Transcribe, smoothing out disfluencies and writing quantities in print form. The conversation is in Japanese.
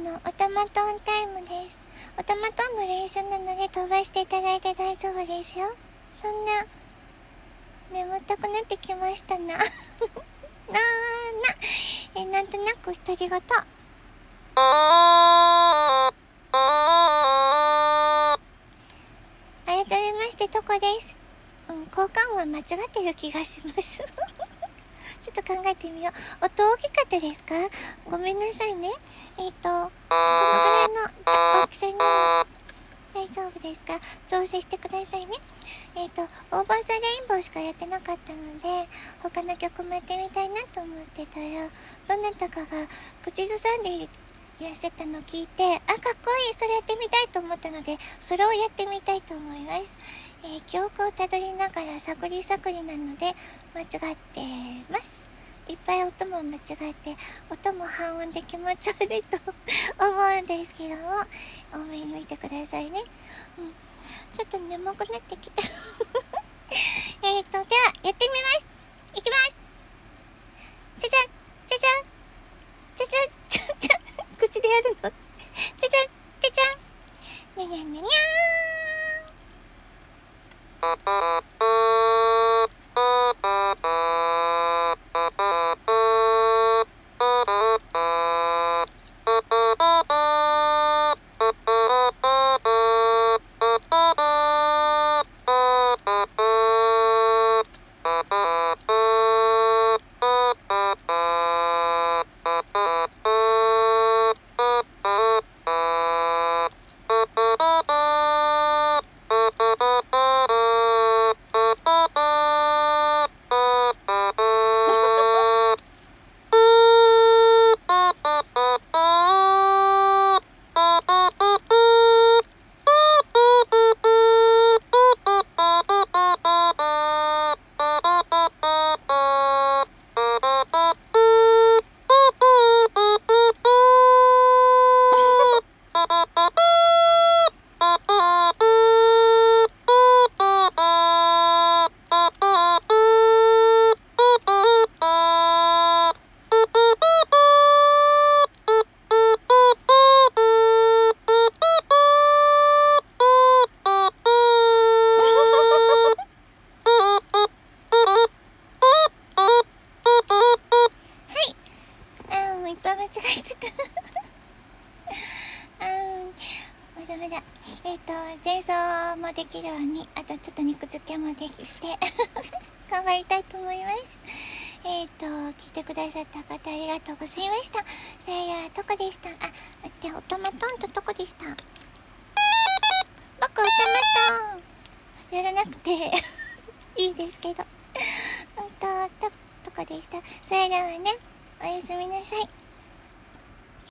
オタマトンタイムです。オタマトンの練習なので飛ばしていただいて大丈夫ですよ。そんな、眠たくなってきましたな。なんとなく独り言。改めまして、トコです。交換は間違ってる気がします。ちょっと考えてみよう。音大きかったですか？ごめんなさいね。このぐらいの大きさに大丈夫ですか？調整してくださいね。オーバーザレインボーしかやってなかったので、他の曲もやってみたいなと思ってたら、どなたかが口ずさんでいらっしゃったのを聞いて、かっこいい、それやってみたいと思ったので、それをやってみたいと思います。記憶をたどりながら探りなので、間違ってます。いっぱい音も間違えて、音も半音で気持ち悪いと思うんですけども、多めに見てくださいね。ちょっと眠くなってきた。では、やってみます。いきます。じゃじゃん、じゃじゃん、じゃじゃん、じゃじゃん。口でやるの？じゃじゃん、じゃじゃん。にゃにゃにゃにゃいっぱい間違えちゃった。まだまだ。前奏もできるように、あとちょっと肉付けもして頑張りたいと思います。聞いてくださった方ありがとうございました。さやトコでした。待って、オタマトンとトコでした。僕、オタマトンやらなくていいですけど。トコでした。それではね、おやすみなさい。